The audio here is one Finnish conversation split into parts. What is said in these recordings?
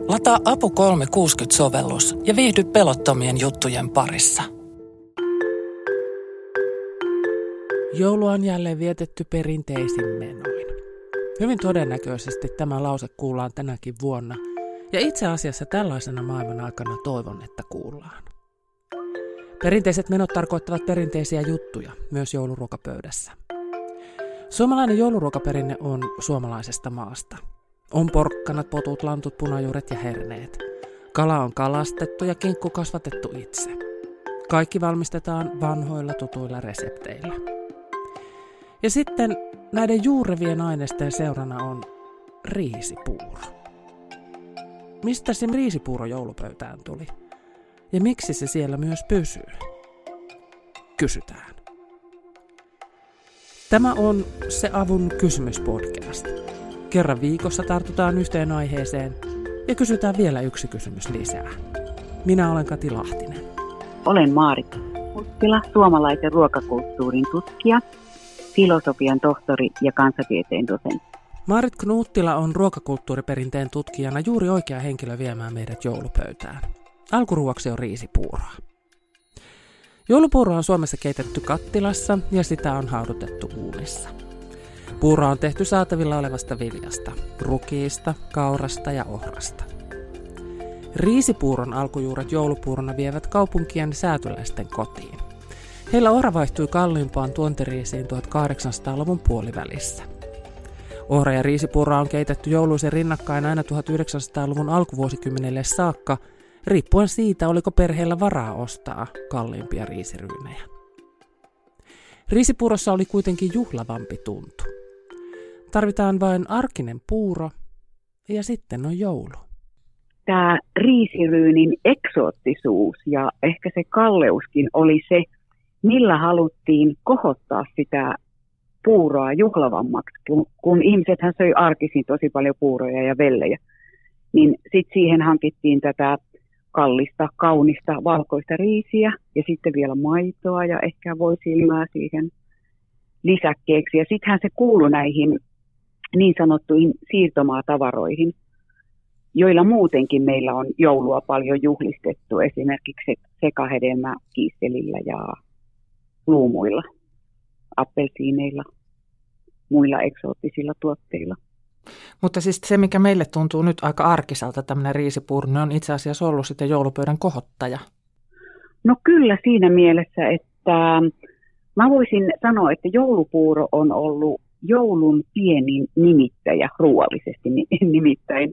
Lataa Apu 360-sovellus ja viihdy pelottomien juttujen parissa. Joulua on jälleen vietetty perinteisin menoin. Hyvin todennäköisesti tämä lause kuullaan tänäkin vuonna, ja itse asiassa tällaisena maailman aikana toivon, että kuullaan. Perinteiset menot tarkoittavat perinteisiä juttuja, myös jouluruokapöydässä. Suomalainen jouluruokaperinne on suomalaisesta maasta. On porkkanat, potut, lantut, punajuuret ja herneet. Kala on kalastettu ja kinkku kasvatettu itse. Kaikki valmistetaan vanhoilla tutuilla resepteillä. Ja sitten näiden juurevien aineisten seurana on riisipuuro. Mistä se riisipuuro joulupöytään tuli? Ja miksi se siellä myös pysyy? Kysytään. Tämä on Se Avun kysymyspodcast. Kerran viikossa tartutaan yhteen aiheeseen ja kysytään vielä yksi kysymys lisää. Minä olen Kati Lahtinen. Olen Maarit Knuuttila, suomalaisen ruokakulttuurin tutkija, filosofian tohtori ja kansatieteen dosentti. Maarit Knuuttila on ruokakulttuuriperinteen tutkijana juuri oikea henkilö viemään meidät joulupöytään. Alkuruoksi on riisipuuroa. Joulupuuroa on Suomessa keitetty kattilassa ja sitä on haudutettu uunissa. Puuroa on tehty saatavilla olevasta viljasta, rukiista, kaurasta ja ohrasta. Riisipuuron alkujuuret joulupuurona vievät kaupunkien säätyläisten kotiin. Heillä ohra vaihtui kalliimpaan tuontiriisiin 1800-luvun puolivälissä. Ohra ja riisipuuroa on keitetty jouluisen rinnakkain aina 1900-luvun alkuvuosikymmenelle saakka, riippuen siitä, oliko perheellä varaa ostaa kalliimpia riisiryynejä. Riisipuurossa oli kuitenkin juhlavampi tuntu. Tarvitaan vain arkinen puuro ja sitten on joulu. Tämä riisiryynin eksoottisuus ja ehkä se kalleuskin oli se, millä haluttiin kohottaa sitä puuroa juhlavammaksi. Kun ihmisethän söi arkisin tosi paljon puuroja ja vellejä, niin sitten siihen hankittiin tätä kallista, kaunista, valkoista riisiä ja sitten vielä maitoa ja ehkä voisilmää siihen lisäkkeeksi. Ja sittenhän se kuului näihin niin sanottuihin siirtomaatavaroihin, joilla muutenkin meillä on joulua paljon juhlistettu, esimerkiksi sekahedelmä kiisselillä ja luumuilla, appelsiineilla, muilla eksoottisilla tuotteilla. Mutta siis se, mikä meille tuntuu nyt aika arkiselta, tämmöinen riisipuuro, on itse asiassa ollut sitten joulupöydän kohottaja. No kyllä siinä mielessä, että mä voisin sanoa, että joulupuuro on ollut joulun pienin nimittäjä ruoallisesti nimittäin.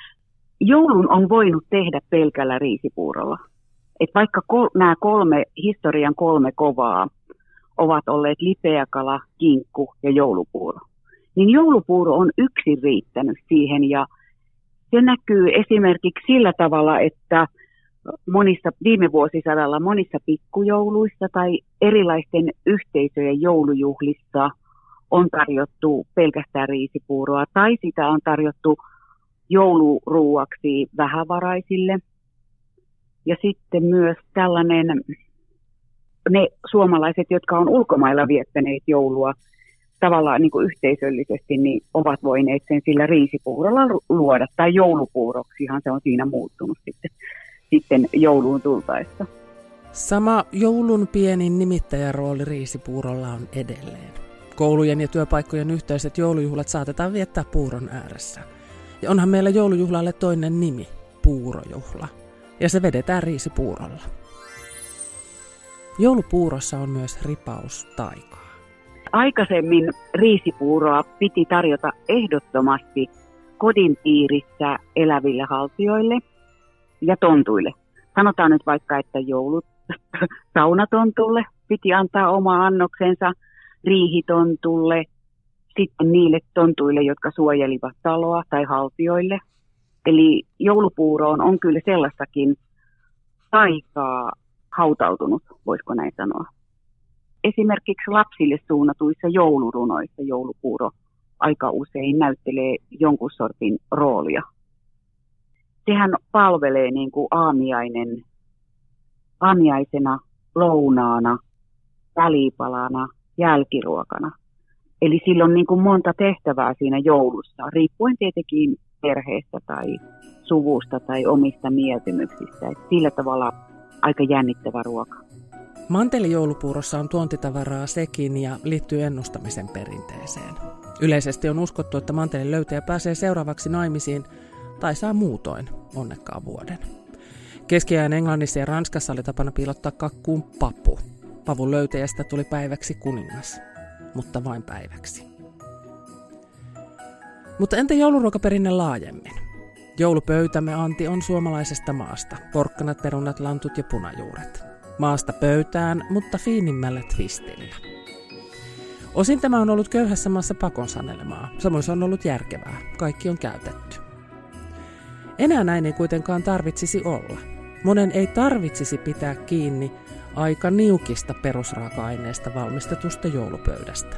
Joulun on voinut tehdä pelkällä riisipuurolla. Et vaikka nämä historian kolme kovaa ovat olleet lipeäkala, kinkku ja joulupuuro, niin joulupuuro on yksin riittänyt siihen ja se näkyy esimerkiksi sillä tavalla, että viime vuosisadalla monissa pikkujouluissa tai erilaisten yhteisöjen joulujuhlissa on tarjottu pelkästään riisipuuroa tai sitä on tarjottu jouluruuaksi vähävaraisille. Ja sitten myös ne suomalaiset, jotka on ulkomailla viettäneet joulua tavallaan niin kuin yhteisöllisesti, niin ovat voineet sen sillä riisipuurolla luoda. Tai joulupuuroksihan se on siinä muuttunut sitten jouluun tultaessa. Sama joulun pienin nimittäjärooli riisipuurolla on edelleen. Koulujen ja työpaikkojen yhteiset joulujuhlat saatetaan viettää puuron ääressä. Ja onhan meillä joulujuhlalle toinen nimi, puurojuhla. Ja se vedetään riisipuurolla. Joulupuurossa on myös ripaus taikaa. Aikaisemmin riisipuuroa piti tarjota ehdottomasti kodin piirissä eläville haltijoille ja tontuille. Sanotaan nyt vaikka, että saunatontulle piti antaa oma annoksensa, riihitontulle, sitten niille tontuille, jotka suojelivat taloa tai haltijoille. Eli joulupuuroon on kyllä sellaistakin taikaa hautautunut, voisiko näin sanoa. Esimerkiksi lapsille suunnatuissa joulurunoissa joulupuuro aika usein näyttelee jonkun sortin roolia. Sehän palvelee niin kuin aamiaisena, lounaana, välipalana, jälkiruokana. Eli sillä on niin kuin monta tehtävää siinä joulussa, riippuen tietenkin perheestä tai suvusta tai omista mieltymyksistä. Et sillä tavalla aika jännittävä ruoka. Mantelijoulupuurossa on tuontitavaraa sekin ja liittyy ennustamisen perinteeseen. Yleisesti on uskottu, että mantelin löytäjä pääsee seuraavaksi naimisiin tai saa muutoin onnekkaan vuoden. Keskiajan Englannissa ja Ranskassa oli tapana piilottaa kakkuun papu. Pavun löytäjästä tuli päiväksi kuningas, mutta vain päiväksi. Mutta entä jouluruokaperinne laajemmin? Joulupöytämme anti on suomalaisesta maasta. Porkkanat, perunat, lantut ja punajuuret. Maasta pöytään, mutta fiinimmällä twistillä. Osin tämä on ollut köyhässä maassa pakon sanelemaa. Samoin se on ollut järkevää. Kaikki on käytetty. Enää näin ei kuitenkaan tarvitsisi olla. Monen ei tarvitsisi pitää kiinni aika niukista perusraaka-aineista valmistetusta joulupöydästä.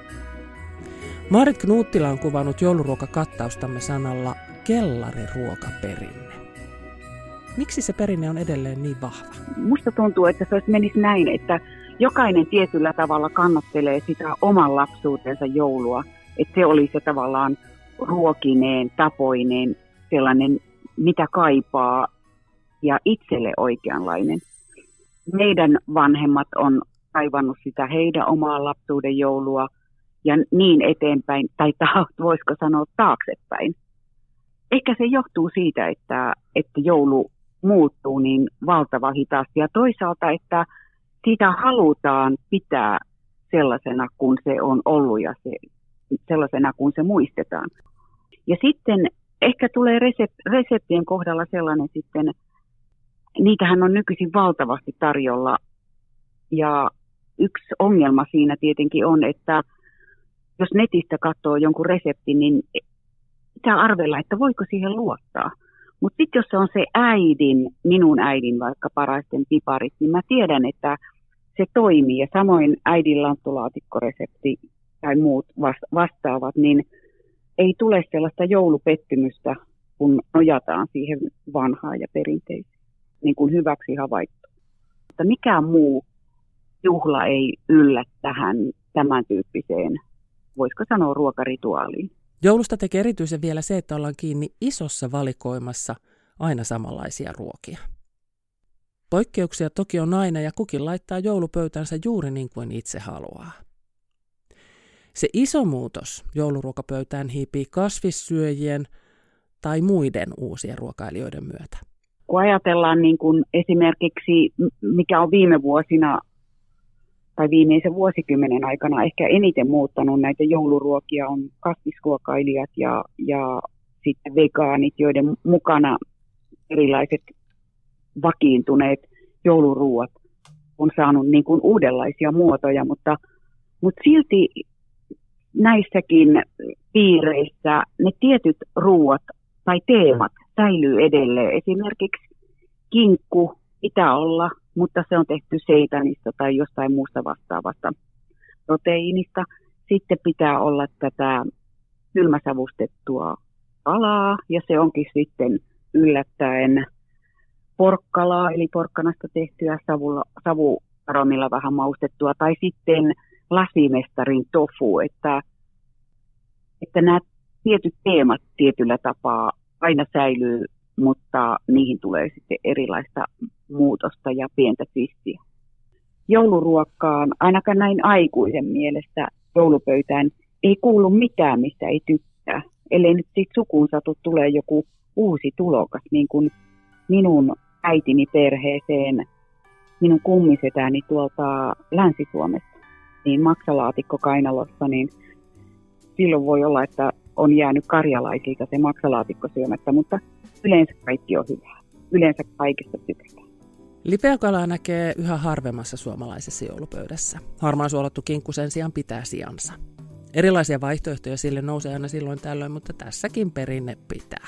Maarit Knuuttila on kuvannut jouluruokakattaustamme sanalla kellariruokaperinne. Miksi se perinne on edelleen niin vahva? Musta tuntuu, että se menisi näin, että jokainen tietyllä tavalla kannattelee sitä oman lapsuutensa joulua. Että se oli se tavallaan ruokineen, tapoineen, sellainen mitä kaipaa ja itselle oikeanlainen. Meidän vanhemmat on kaivannut sitä heidän omaa lapsuuden joulua ja niin eteenpäin, tai voisiko sanoa taaksepäin. Ehkä se johtuu siitä, että joulu muuttuu niin valtavan hitaasti ja toisaalta, että sitä halutaan pitää sellaisena kuin se on ollut ja sellaisena kuin se muistetaan. Ja sitten ehkä tulee reseptien kohdalla sellainen sitten, niitähän on nykyisin valtavasti tarjolla ja yksi ongelma siinä tietenkin on, että jos netistä katsoo jonkun reseptin, niin pitää arvella, että voiko siihen luottaa. Mutta sitten jos se on se minun äidin vaikka paraisten piparit, niin mä tiedän, että se toimii. Ja samoin äidin lanttulaatikkoresepti tai muut vastaavat, niin ei tule sellaista joulupettymystä, kun nojataan siihen vanhaan ja perinteiseen, niin kuin hyväksi havaittu. Mutta mikään muu juhla ei yllä tähän tämän tyyppiseen, voisiko sanoa ruokarituaaliin. Joulusta tekee erityisen vielä se, että ollaan kiinni isossa valikoimassa aina samanlaisia ruokia. Poikkeuksia toki on aina ja kukin laittaa joulupöytänsä juuri niin kuin itse haluaa. Se iso muutos jouluruokapöytään hiipii kasvissyöjien tai muiden uusien ruokailijoiden myötä. Kun ajatellaan niin kuin esimerkiksi, mikä on viime vuosina tai viimeisen vuosikymmenen aikana ehkä eniten muuttanut näitä jouluruokia on kasvisruokailijat ja sitten vegaanit, joiden mukana erilaiset vakiintuneet jouluruuat on saanut niin kuin uudenlaisia muotoja, mutta silti näissäkin piireissä ne tietyt ruuat tai teemat säilyy edelleen. Esimerkiksi kinkku pitää olla, mutta se on tehty seitanista tai jostain muusta vastaavasta proteiinista. Sitten pitää olla tätä kylmäsavustettua kalaa ja se onkin sitten yllättäen porkkalaa, eli porkkanasta tehtyä savuaromilla vähän maustettua, tai sitten lasimestarin tofu, että nämä tietyt teemat tietyllä tapaa aina säilyy, mutta niihin tulee sitten erilaista muutosta ja pientä twistiä. Jouluruokkaan, ainakaan näin aikuisen mielestä joulupöytään, ei kuulu mitään, mistä ei tykkää. Ellei nyt siitä sukuun satu tulee joku uusi tulokas, niin kuin minun äitini perheeseen, minun kummisetäni tuolta Länsi-Suomesta, niin maksalaatikko kainalossa, niin silloin voi olla, että on jäänyt karjalaisilta se maksalaatikko syömättä, mutta yleensä kaikki on hyvää. Yleensä kaikesta tykätään. Lipeäkalaa näkee yhä harvemmassa suomalaisessa joulupöydässä. Harmaan suolattu kinkku sen sijaan pitää sijansa. Erilaisia vaihtoehtoja sille nousee aina silloin tällöin, mutta tässäkin perinne pitää.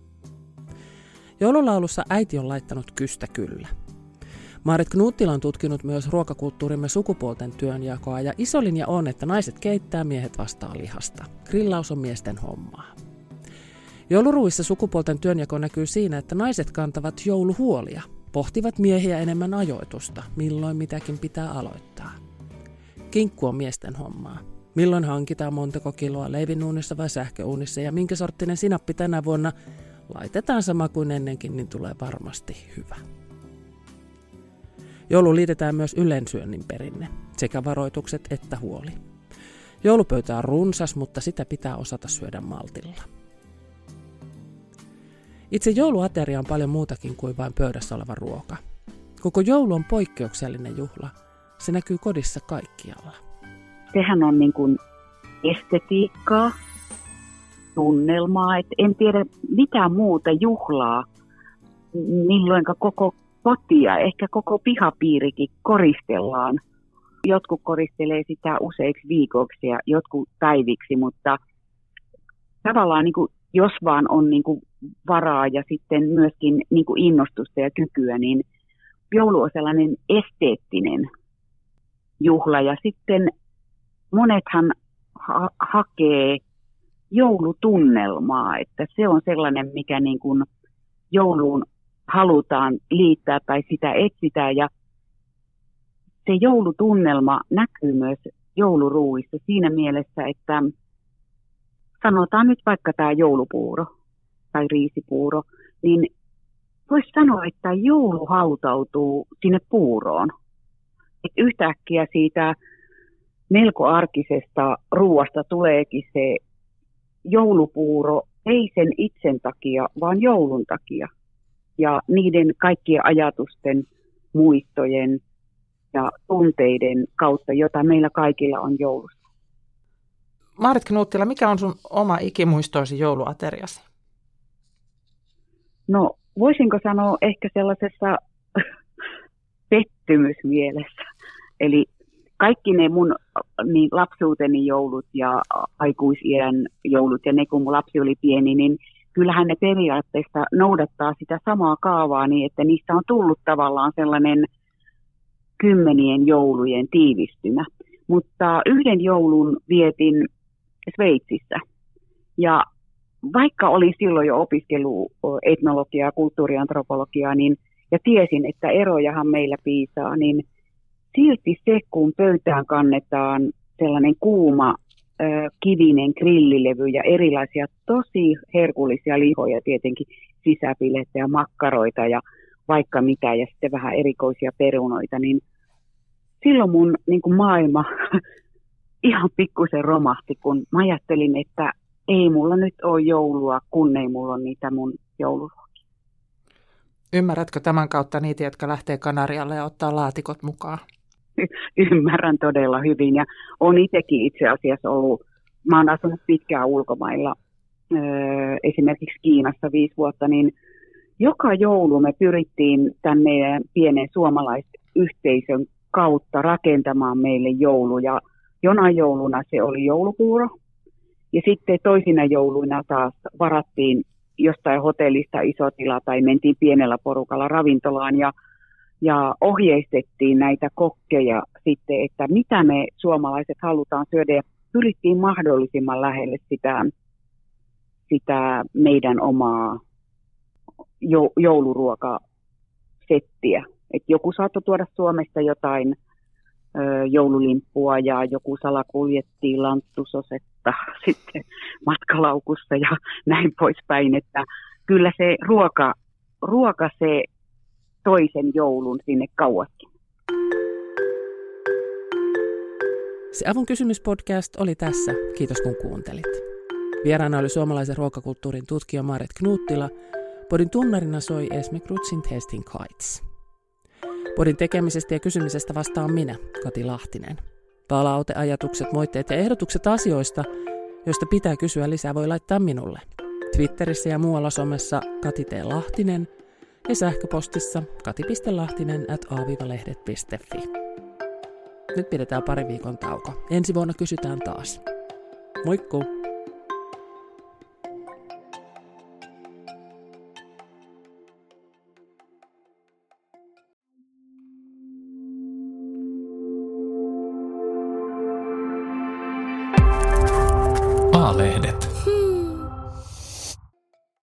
Joululaulussa äiti on laittanut kystä kyllä. Maarit Knuuttila on tutkinut myös ruokakulttuurimme sukupuolten työnjakoa ja iso linja on, että naiset keittää, miehet vastaa lihasta. Grillaus on miesten hommaa. Jouluruuissa sukupuolten työnjako näkyy siinä, että naiset kantavat jouluhuolia, pohtivat miehiä enemmän ajoitusta, milloin mitäkin pitää aloittaa. Kinkku on miesten hommaa. Milloin hankitaan montako kiloa leivinuunissa vai sähköuunissa ja minkä sorttinen sinappi tänä vuonna laitetaan sama kuin ennenkin, niin tulee varmasti hyvä. Jouluun liitetään myös ylensyönnin perinne, sekä varoitukset että huoli. Joulupöytä on runsas, mutta sitä pitää osata syödä maltilla. Itse jouluateria on paljon muutakin kuin vain pöydässä oleva ruoka. Koko joulu on poikkeuksellinen juhla. Se näkyy kodissa kaikkialla. Sehän on niin kuin estetiikkaa, tunnelmaa. Et en tiedä mitään muuta juhlaa, milloin koko kotia, ehkä koko pihapiirikin koristellaan. Jotkut koristelee sitä useiksi viikoiksi ja jotkut päiviksi, mutta tavallaan niin kuin, jos vaan on niin kuin varaa ja sitten myöskin niin kuin innostusta ja kykyä, niin joulu on sellainen esteettinen juhla. Ja sitten monethan hakee joulutunnelmaa, että se on sellainen, mikä niin kuin jouluun halutaan liittää tai sitä etsitään. Ja se joulutunnelma näkyy myös jouluruuissa siinä mielessä, että sanotaan nyt vaikka tämä joulupuuro tai riisipuuro, niin voisi sanoa, että joulu hautautuu sinne puuroon. Et yhtäkkiä siitä melko arkisesta ruuasta tuleekin se joulupuuro, ei sen itsen takia, vaan joulun takia. Ja niiden kaikkien ajatusten, muistojen ja tunteiden kautta, jota meillä kaikilla on joulussa. Maaret Knuuttila, mikä on sun oma ikimuistoisi jouluateriasi? No, voisinko sanoa ehkä sellaisessa pettymysmielessä. Eli kaikki ne mun niin lapsuuteni joulut ja aikuisiän joulut ja ne kun mun lapsi oli pieni, niin kyllähän ne periaatteessa noudattaa sitä samaa kaavaa niin, että niistä on tullut tavallaan sellainen 10 joulujen tiivistymä. Mutta yhden joulun vietin Sveitsissä ja vaikka olin silloin jo opiskellut etnologiaa ja kulttuuriantropologiaa niin, ja tiesin, että erojahan meillä piisaa, niin silti se, kun pöytään kannetaan sellainen kuuma kivinen grillilevy ja erilaisia tosi herkullisia lihoja, tietenkin sisäpilettä ja makkaroita ja vaikka mitä ja sitten vähän erikoisia perunoita, niin silloin mun niin kuin maailma ihan pikkusen romahti, kun mä ajattelin, että ei mulla nyt ole joulua, kun ei mulla ole niitä mun jouluruokia. Ymmärrätkö tämän kautta niitä, jotka lähtee Kanarialle ja ottaa laatikot mukaan? Ymmärrän todella hyvin ja olen itsekin itse asiassa ollut, mä oon asunut pitkään ulkomailla, esimerkiksi Kiinassa 5 vuotta, niin joka joulu me pyrittiin tämän meidän pienen suomalaisyhteisön kautta rakentamaan meille joulu ja jonain jouluna se oli joulupuuro ja sitten toisina jouluina taas varattiin jostain hotellista iso tila tai mentiin pienellä porukalla ravintolaan ja ohjeistettiin näitä kokkeja sitten, että mitä me suomalaiset halutaan syödä ja pyrittiin mahdollisimman lähelle sitä meidän omaa jouluruokasettiä. Et joku saattoi tuoda Suomesta jotain joululimppua ja joku salakuljettiin lanttusosetta sitten matkalaukussa ja näin poispäin. Että kyllä se ruoka se toisen joulun sinne kauaskin. Se Avun kysymyspodcast oli tässä. Kiitos kun kuuntelit. Vieraana oli suomalaisen ruokakulttuurin tutkija Maaret Knuuttila. Podin tunnarina soi Esme Krutsin Tasting Kites. Podin tekemisestä ja kysymisestä vastaan minä, Kati Lahtinen. Palauteajatukset, moitteet ja ehdotukset asioista, joista pitää kysyä lisää, voi laittaa minulle. Twitterissä ja muualla somessa Kati T. Lahtinen ja sähköpostissa kati.lahtinen@a-lehdet.fi. Nyt pidetään 2 viikon tauko. Ensi vuonna kysytään taas. Moikku! A-lehdet.